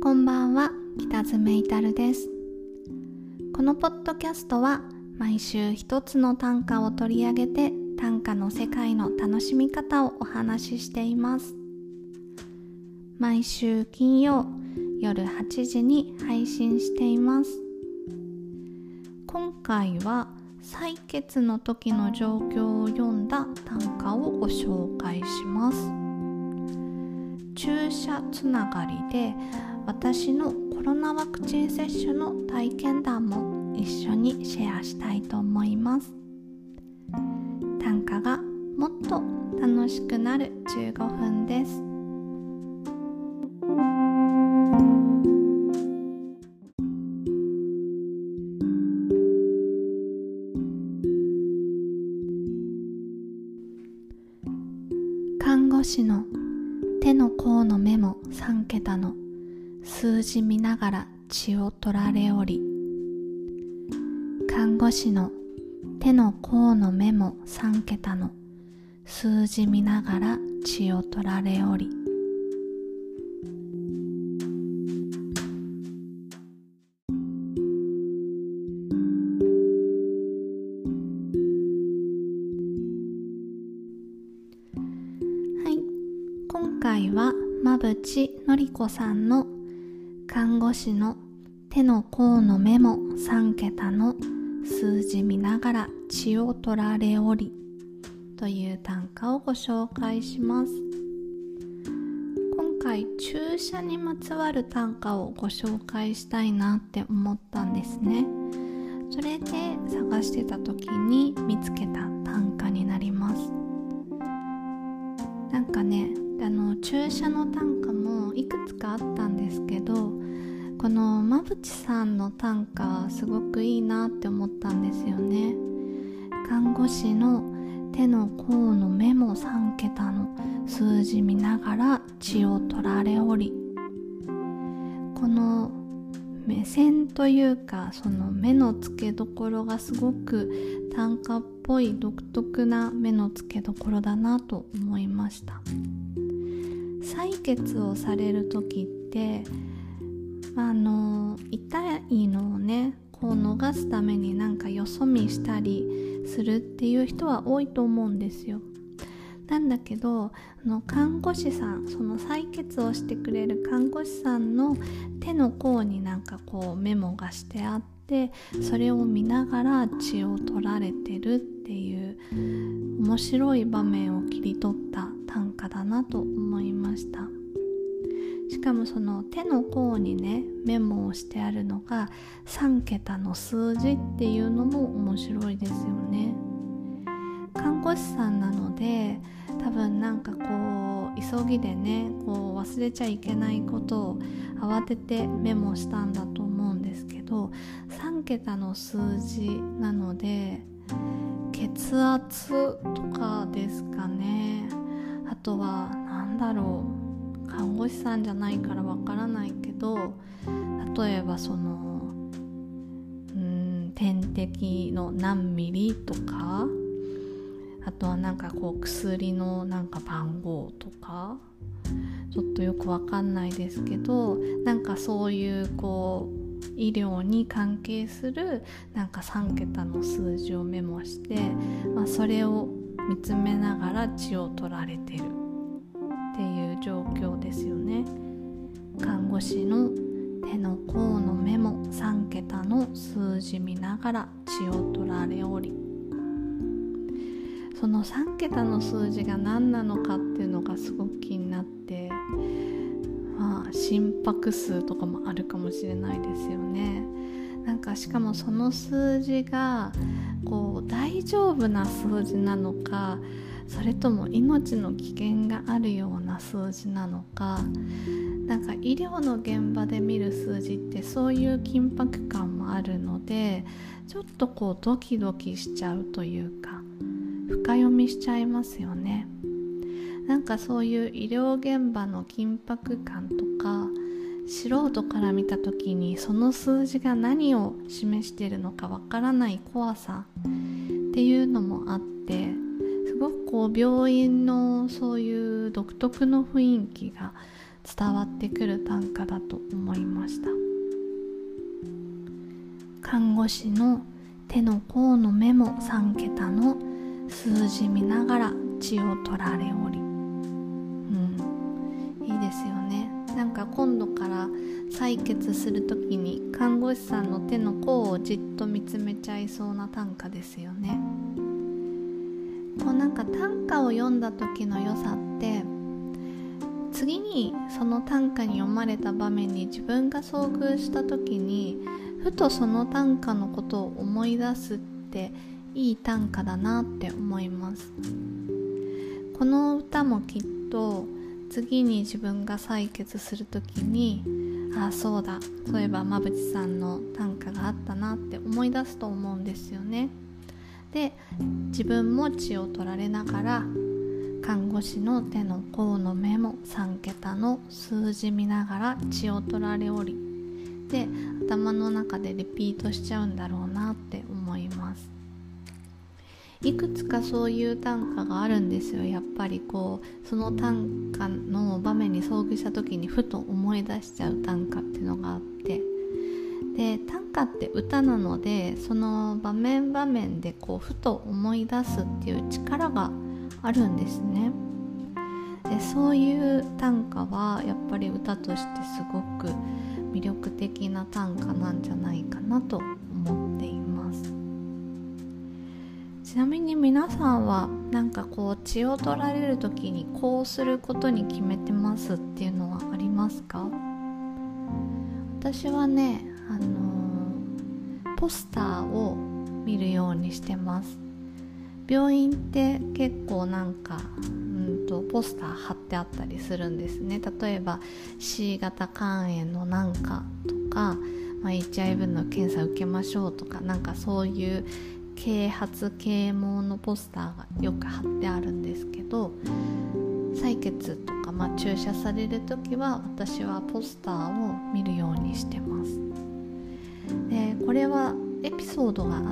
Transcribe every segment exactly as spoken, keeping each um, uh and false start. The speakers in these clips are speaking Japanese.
こんばんは、北爪いたるです。このポッドキャストは毎週一つの短歌を取り上げて短歌の世界の楽しみ方をお話ししています。毎週金曜夜はちじに配信しています。今回は採血の時の状況を読んだ短歌をご紹介します。注射つながりで私のコロナワクチン接種の体験談も一緒にシェアしたいと思います。短歌がもっと楽しくなるじゅうごふんです。看護師の手の甲の目も三桁の数字見ながら血を取られおり、看護師の手の甲の目も三桁の数字見ながら血を取られおり。今回は馬淵のりこさんの看護師の手の甲の目も三桁の数字見ながら血を取られおりという短歌をご紹介します。今回注射にまつわる短歌をご紹介したいなって思ったんですね。それで探してた時に見つけた短歌になります。なんかねあの注射の短歌もいくつかあったんですけど、この馬淵さんの短歌すごくいいなって思ったんですよね。看護師の手の甲の目も三桁の数字見ながら血を取られおり、この目線というかその目の付けどころがすごく短歌っぽい独特な目の付けどころだなと思いました。採血をされる時ってあの痛いのをねこう逃すためになんかよそ見したりするっていう人は多いと思うんですよ。なんだけどあの看護師さん、その採血をしてくれる看護師さんの手の甲になんかこうメモがしてあって、それを見ながら血を取られてるっていう面白い場面を切り取った短歌だなと思いました。しかもその手の甲にねメモをしてあるのが三桁の数字っていうのも面白いですよね。看護師さんなので多分なんかこう急ぎでねこう忘れちゃいけないことを慌ててメモしたんだと思うんですけど、三桁の数字なので血圧とかですかね。あとはなんだろう、看護師さんじゃないからわからないけど、例えばそのうーん点滴の何ミリとか、あとはなんかこう薬のなんか番号とか、ちょっとよくわかんないですけど、なんかそういうこう医療に関係するなんか三桁の数字をメモして、まあ、それを見つめながら血を取られてるっていう状況ですよね。看護師の手の甲のメモ三桁の数字見ながら血を取られおり、その三桁の数字が何なのかっていうのがすごく気になって、まあ心拍数とかもあるかもしれないですよね。なんかしかもその数字がこう大丈夫な数字なのか、それとも命の危険があるような数字なのか、なんか医療の現場で見る数字ってそういう緊迫感もあるので、ちょっとこうドキドキしちゃうというか深読みしちゃいますよね。なんかそういう医療現場の緊迫感とか、素人から見た時にその数字が何を示しているのかわからない怖さっていうのもあって、すごくこう病院のそういう独特の雰囲気が伝わってくる短歌だと思いました。看護師の手の甲の目も三桁の数字見ながら血を取られおり、うん、いいですよね。なんか今度から採血するときに看護師さんの手の甲をじっと見つめちゃいそうな短歌ですよね。こうなんか短歌を読んだ時の良さって、次にその短歌に読まれた場面に自分が遭遇した時にふとその短歌のことを思い出すっていい短歌だなって思います。この歌もきっと次に自分が採血するときに、ああそうだ、そういえば馬淵さんの短歌があったなって思い出すと思うんですよね。で、自分も血を取られながら看護師の手の甲の目も三桁の数字見ながら血を取られおりで、頭の中でリピートしちゃうんだろうなって思います。いくつかそういう短歌があるんですよ。やっぱりこうその短歌の場面に遭遇した時にふと思い出しちゃう短歌っていうのがあって、で短歌って歌なので、その場面場面でこうふと思い出すっていう力があるんですね。でそういう短歌はやっぱり歌としてすごく魅力的な短歌なんじゃないかなと思っています。ちなみに皆さんはなんかこう血を取られる時にこうすることに決めてますっていうのはありますか？私はね、あのー、ポスターを見るようにしてます。病院って結構なんかうんとポスター貼ってあったりするんですね。例えば シー 型肝炎のなんかとか、まあ、エイチアイブイ の検査受けましょうとか、なんかそういう啓発啓蒙のポスターがよく貼ってあるんですけど、採血とか、まあ、注射されるときは私はポスターを見るようにしてます。でこれはエピソードがあって、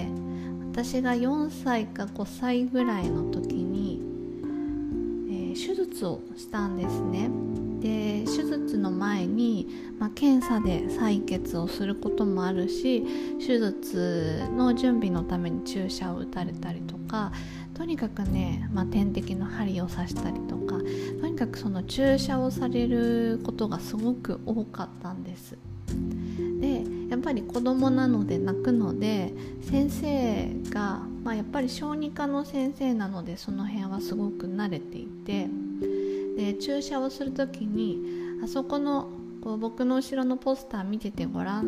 私がよんさいかごさいぐらいの時に、えー、手術をしたんですね。で手術の前に、まあ、検査で採血をすることもあるし、手術の準備のために注射を打たれたりとか、とにかくね、まあ、点滴の針を刺したりとか、とにかくその注射をされることがすごく多かったんです。でやっぱり子供なので泣くので、先生が、まあ、やっぱり小児科の先生なのでその辺はすごく慣れていて、で注射をするときにあそこのこう僕の後ろのポスター見ててごらんって、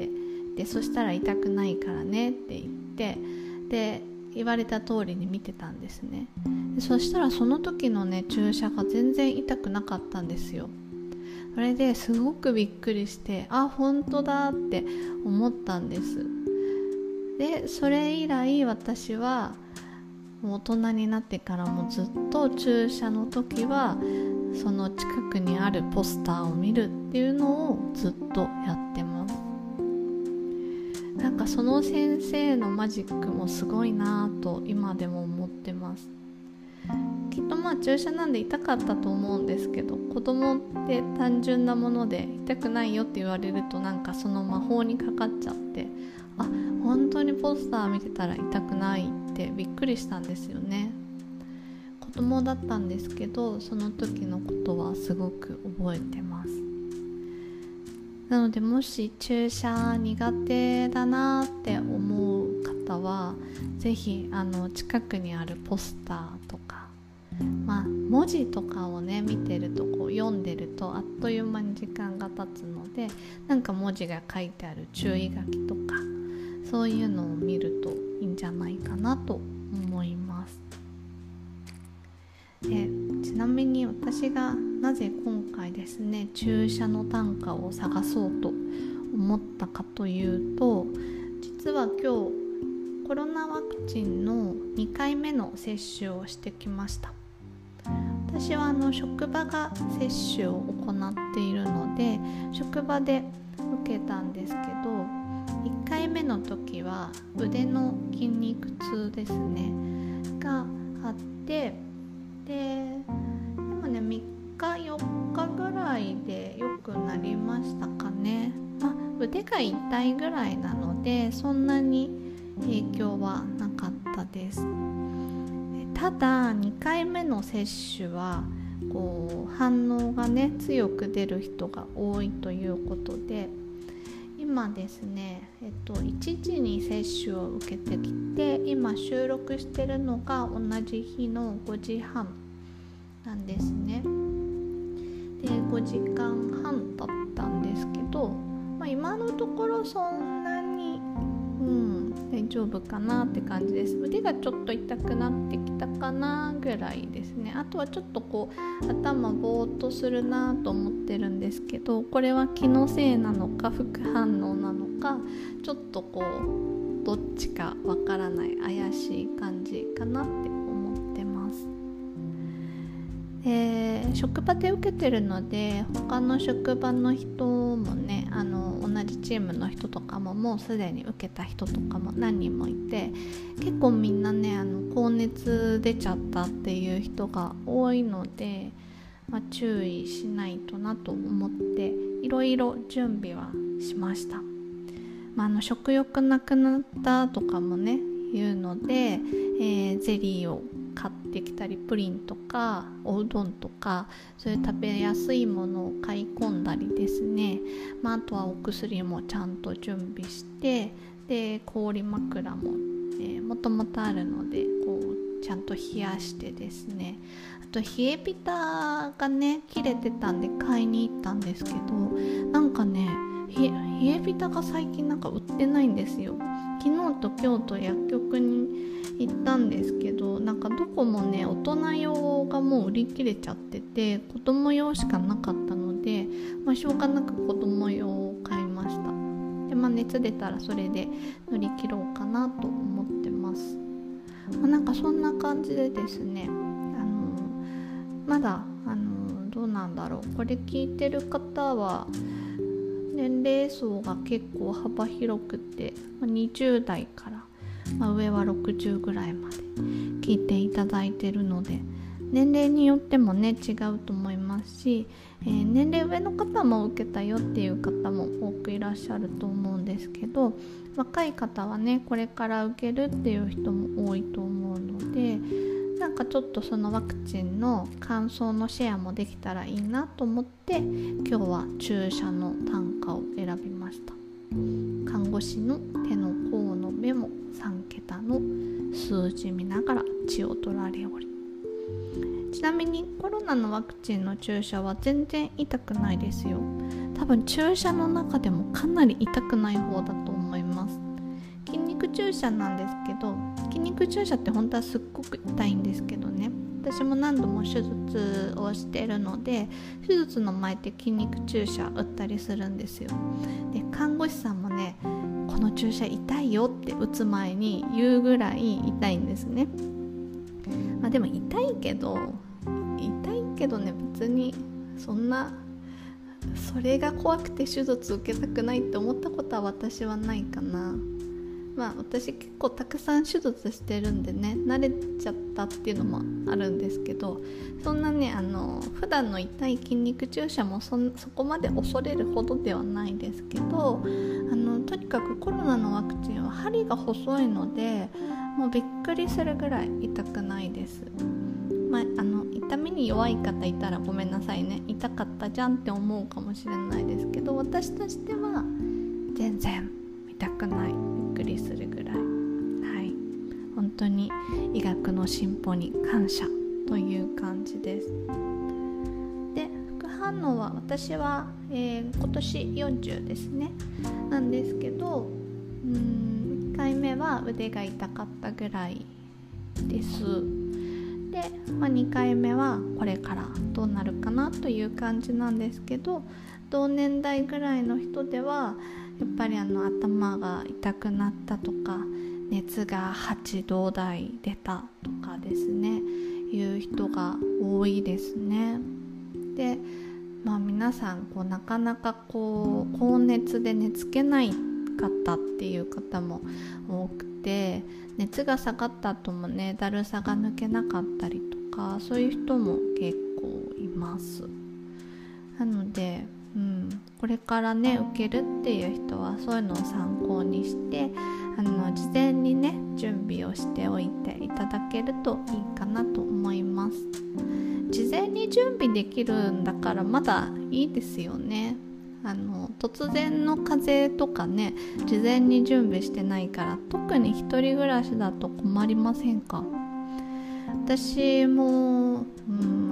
でそしたら痛くないからねって言って、で言われた通りに見てたんですね。でそしたらその時のね注射が全然痛くなかったんですよ。それですごくびっくりして、あ、本当だって思ったんです。でそれ以来私はもう大人になってからもずっと注射の時はその近くにあるポスターを見るっていうのをずっとやってます。なんかその先生のマジックもすごいなと今でも思ってます。きっとまあ注射なんで痛かったと思うんですけど、子供って単純なもので痛くないよって言われるとなんかその魔法にかかっちゃって、あ、本当にポスター見てたら痛くないってびっくりしたんですよね。子供だったんですけど、その時のことはすごく覚えてます。なのでもし注射苦手だなって思う方はぜひあの近くにあるポスターとか、まあ、文字とかをね見てるとこう読んでるとあっという間に時間が経つので、なんか文字が書いてある注意書きとかそういうのを見るといいんじゃないかなと思います。でちなみに私がなぜ今回ですね注射の短歌を探そうと思ったかというと、実は今日コロナワクチンのにかいめの接種をしてきました。私はあの職場が接種を行っているので職場で受けたんですけど、いっかいめの時は腕の筋肉痛ですねがあって、ででもねみっかよっかぐらいで良くなりましたかね。まあ、腕が痛いぐらいなのでそんなに影響はなかったです。ただにかいめの接種はこう反応がね強く出る人が多いということで、今ですね、えっと、いちじに接種を受けてきて、今収録してるのが同じ日のごじはんなんですね。でごじかんはん経ったんですけど、まあ、今のところそんなに、うん、大丈夫かなって感じです。腕がちょっと痛くなってきたかなぐらいですね。あとはちょっとこう頭ぼーっとするなと思ってるんですけど、これは気のせいなのか副反応なのか、ちょっとこうどっちかわからない怪しい感じかなって思ってます。で職場で受けてるので、他の職場の人もね、あの同じチームの人とかももうすでに受けた人とかも何人もいて、結構みんなねあの高熱出ちゃったっていう人が多いので、まあ、注意しないとなと思っていろいろ準備はしました。まあ、あの食欲なくなったとかもね言うので、えー、ゼリーを買ってきたり、プリンとかおうどんとかそういう食べやすいものを買い込んだりですね、まあ、あとはお薬もちゃんと準備して、で氷枕も、えー、もともとあるのでこうちゃんと冷やしてですね、あと冷えピタがね切れてたんで買いに行ったんですけど、なんかね冷え、冷えピタが最近なんか売ってないんですよ。昨日と今日と薬局に行ったんですけど、なんかどこもね大人用がもう売り切れちゃってて、子供用しかなかったので、まあ、しょうがなく子供用を買いました。で、まあ、熱出たらそれで乗り切ろうかなと思ってます。まあ、なんかそんな感じでですね、あのまだあのどうなんだろう、これ聞いてる方は年齢層が結構幅広くて、にじゅう代から、まあ、上はろくじゅうぐらいまで聞いていただいてるので、年齢によってもね違うと思いますし、えー、年齢上の方も受けたよっていう方も多くいらっしゃると思うんですけど、若い方はねこれから受けるっていう人も多いと思うので、なんかちょっとそのワクチンの感想のシェアもできたらいいなと思って、今日は注射の単価を選びました。看護師の手の甲の目もさんけたの数字見ながら血を取られおり、ちなみにコロナのワクチンの注射は全然痛くないですよ。多分注射の中でもかなり痛くない方だと思います。筋肉注射なんですけど、筋肉注射って本当はすっごく痛いんですけどね、私も何度も手術をしてるので、手術の前って筋肉注射打ったりするんですよ。で看護師さんもね、この注射痛いよって打つ前に言うぐらい痛いんですね。まあでも痛いけど痛いけどね、別にそんなそれが怖くて手術受けたくないって思ったことは私はないかな。まあ私結構たくさん手術してるんでね、慣れちゃったっていうのもあるんですけど、そんなねあの普段の痛い筋肉注射も そ, そこまで恐れるほどではないですけど、あのとにかくコロナのワクチンは針が細いので、もうびっくりするぐらい痛くないです。まあ、あの痛みに弱い方いたらごめんなさいね、痛かったじゃんって思うかもしれないですけど、私としては全然痛くない、びっくりするぐらい、はい、本当に医学の進歩に感謝という感じです。で副反応は私は、えー、今年よんじゅうですねなんですけど、うーんいっかいめは腕が痛かったぐらいです。で、まあ、にかいめはこれからどうなるかなという感じなんですけど、同年代ぐらいの人ではやっぱりあの頭が痛くなったとか、熱がはちど台出たとかですね、いう人が多いですね。で、まあ、皆さんこうなかなかこう高熱で寝つけない方っていう方も多くて、熱が下がった後もねだるさが抜けなかったりとか、そういう人も結構います。 なので、うん、これからね受けるっていう人はそういうのを参考にしてあの事前にね準備をしておいていただけるといいかなと思います。事前に準備できるんだからまだいいですよね。あの突然の風邪とかね事前に準備してないから、特に一人暮らしだと困りませんか？私も、うん、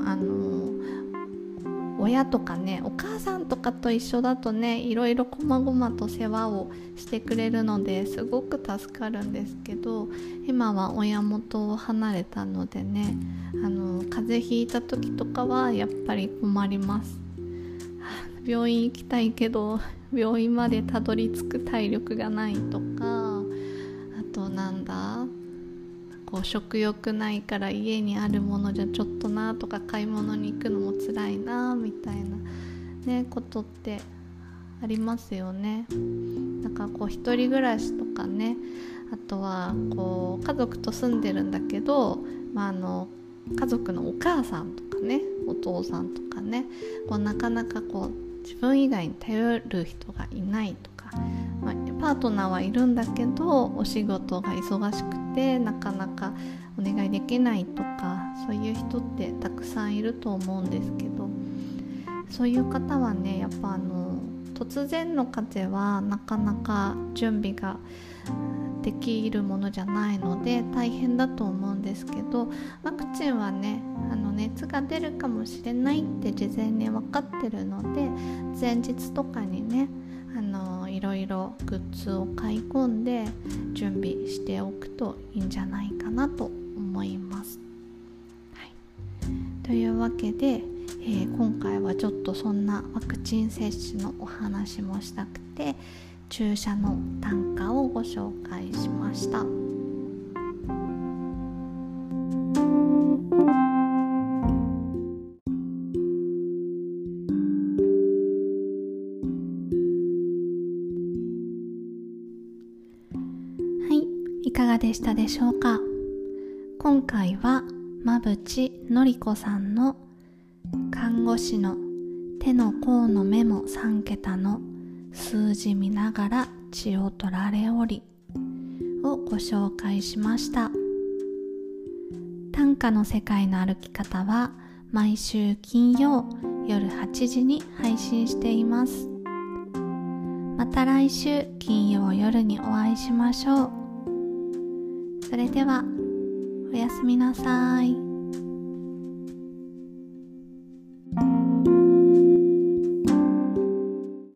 あの親とかねお母さんとかと一緒だとねいろいろこまごまと世話をしてくれるのですごく助かるんですけど、今は親元を離れたのでねあの風邪ひいた時とかはやっぱり困ります。病院行きたいけど病院までたどり着く体力がないとか、あとなんだこう食欲ないから家にあるものじゃちょっとなとか、買い物に行くのも辛いなみたいなねことってありますよね。だからこう一人暮らしとかね、あとはこう家族と住んでるんだけど、まあ、あの家族のお母さんとかねお父さんとかねこうなかなかこう自分以外に頼る人がいないとか、まあ、パートナーはいるんだけどお仕事が忙しくてなかなかお願いできないとか、そういう人ってたくさんいると思うんですけど、そういう方はねやっぱあの突然の風邪はなかなか準備ができるものじゃないので大変だと思うんですけど、ワクチンはねあの熱が出るかもしれないって事前に分かってるので、前日とかにねあのいろいろグッズを買い込んで準備しておくといいんじゃないかなと思います、はい、というわけで、えー、今回はちょっとそんなワクチン接種のお話もしたくて注射の単価をご紹介しました。いかがでしたでしょうか。今回は馬淵のりこさんの看護師の手の甲のメモさん桁の数字見ながら血を取られおりをご紹介しました。短歌の世界の歩き方は毎週金曜夜はちじに配信しています。また来週金曜夜にお会いしましょう。それではおやすみなさい。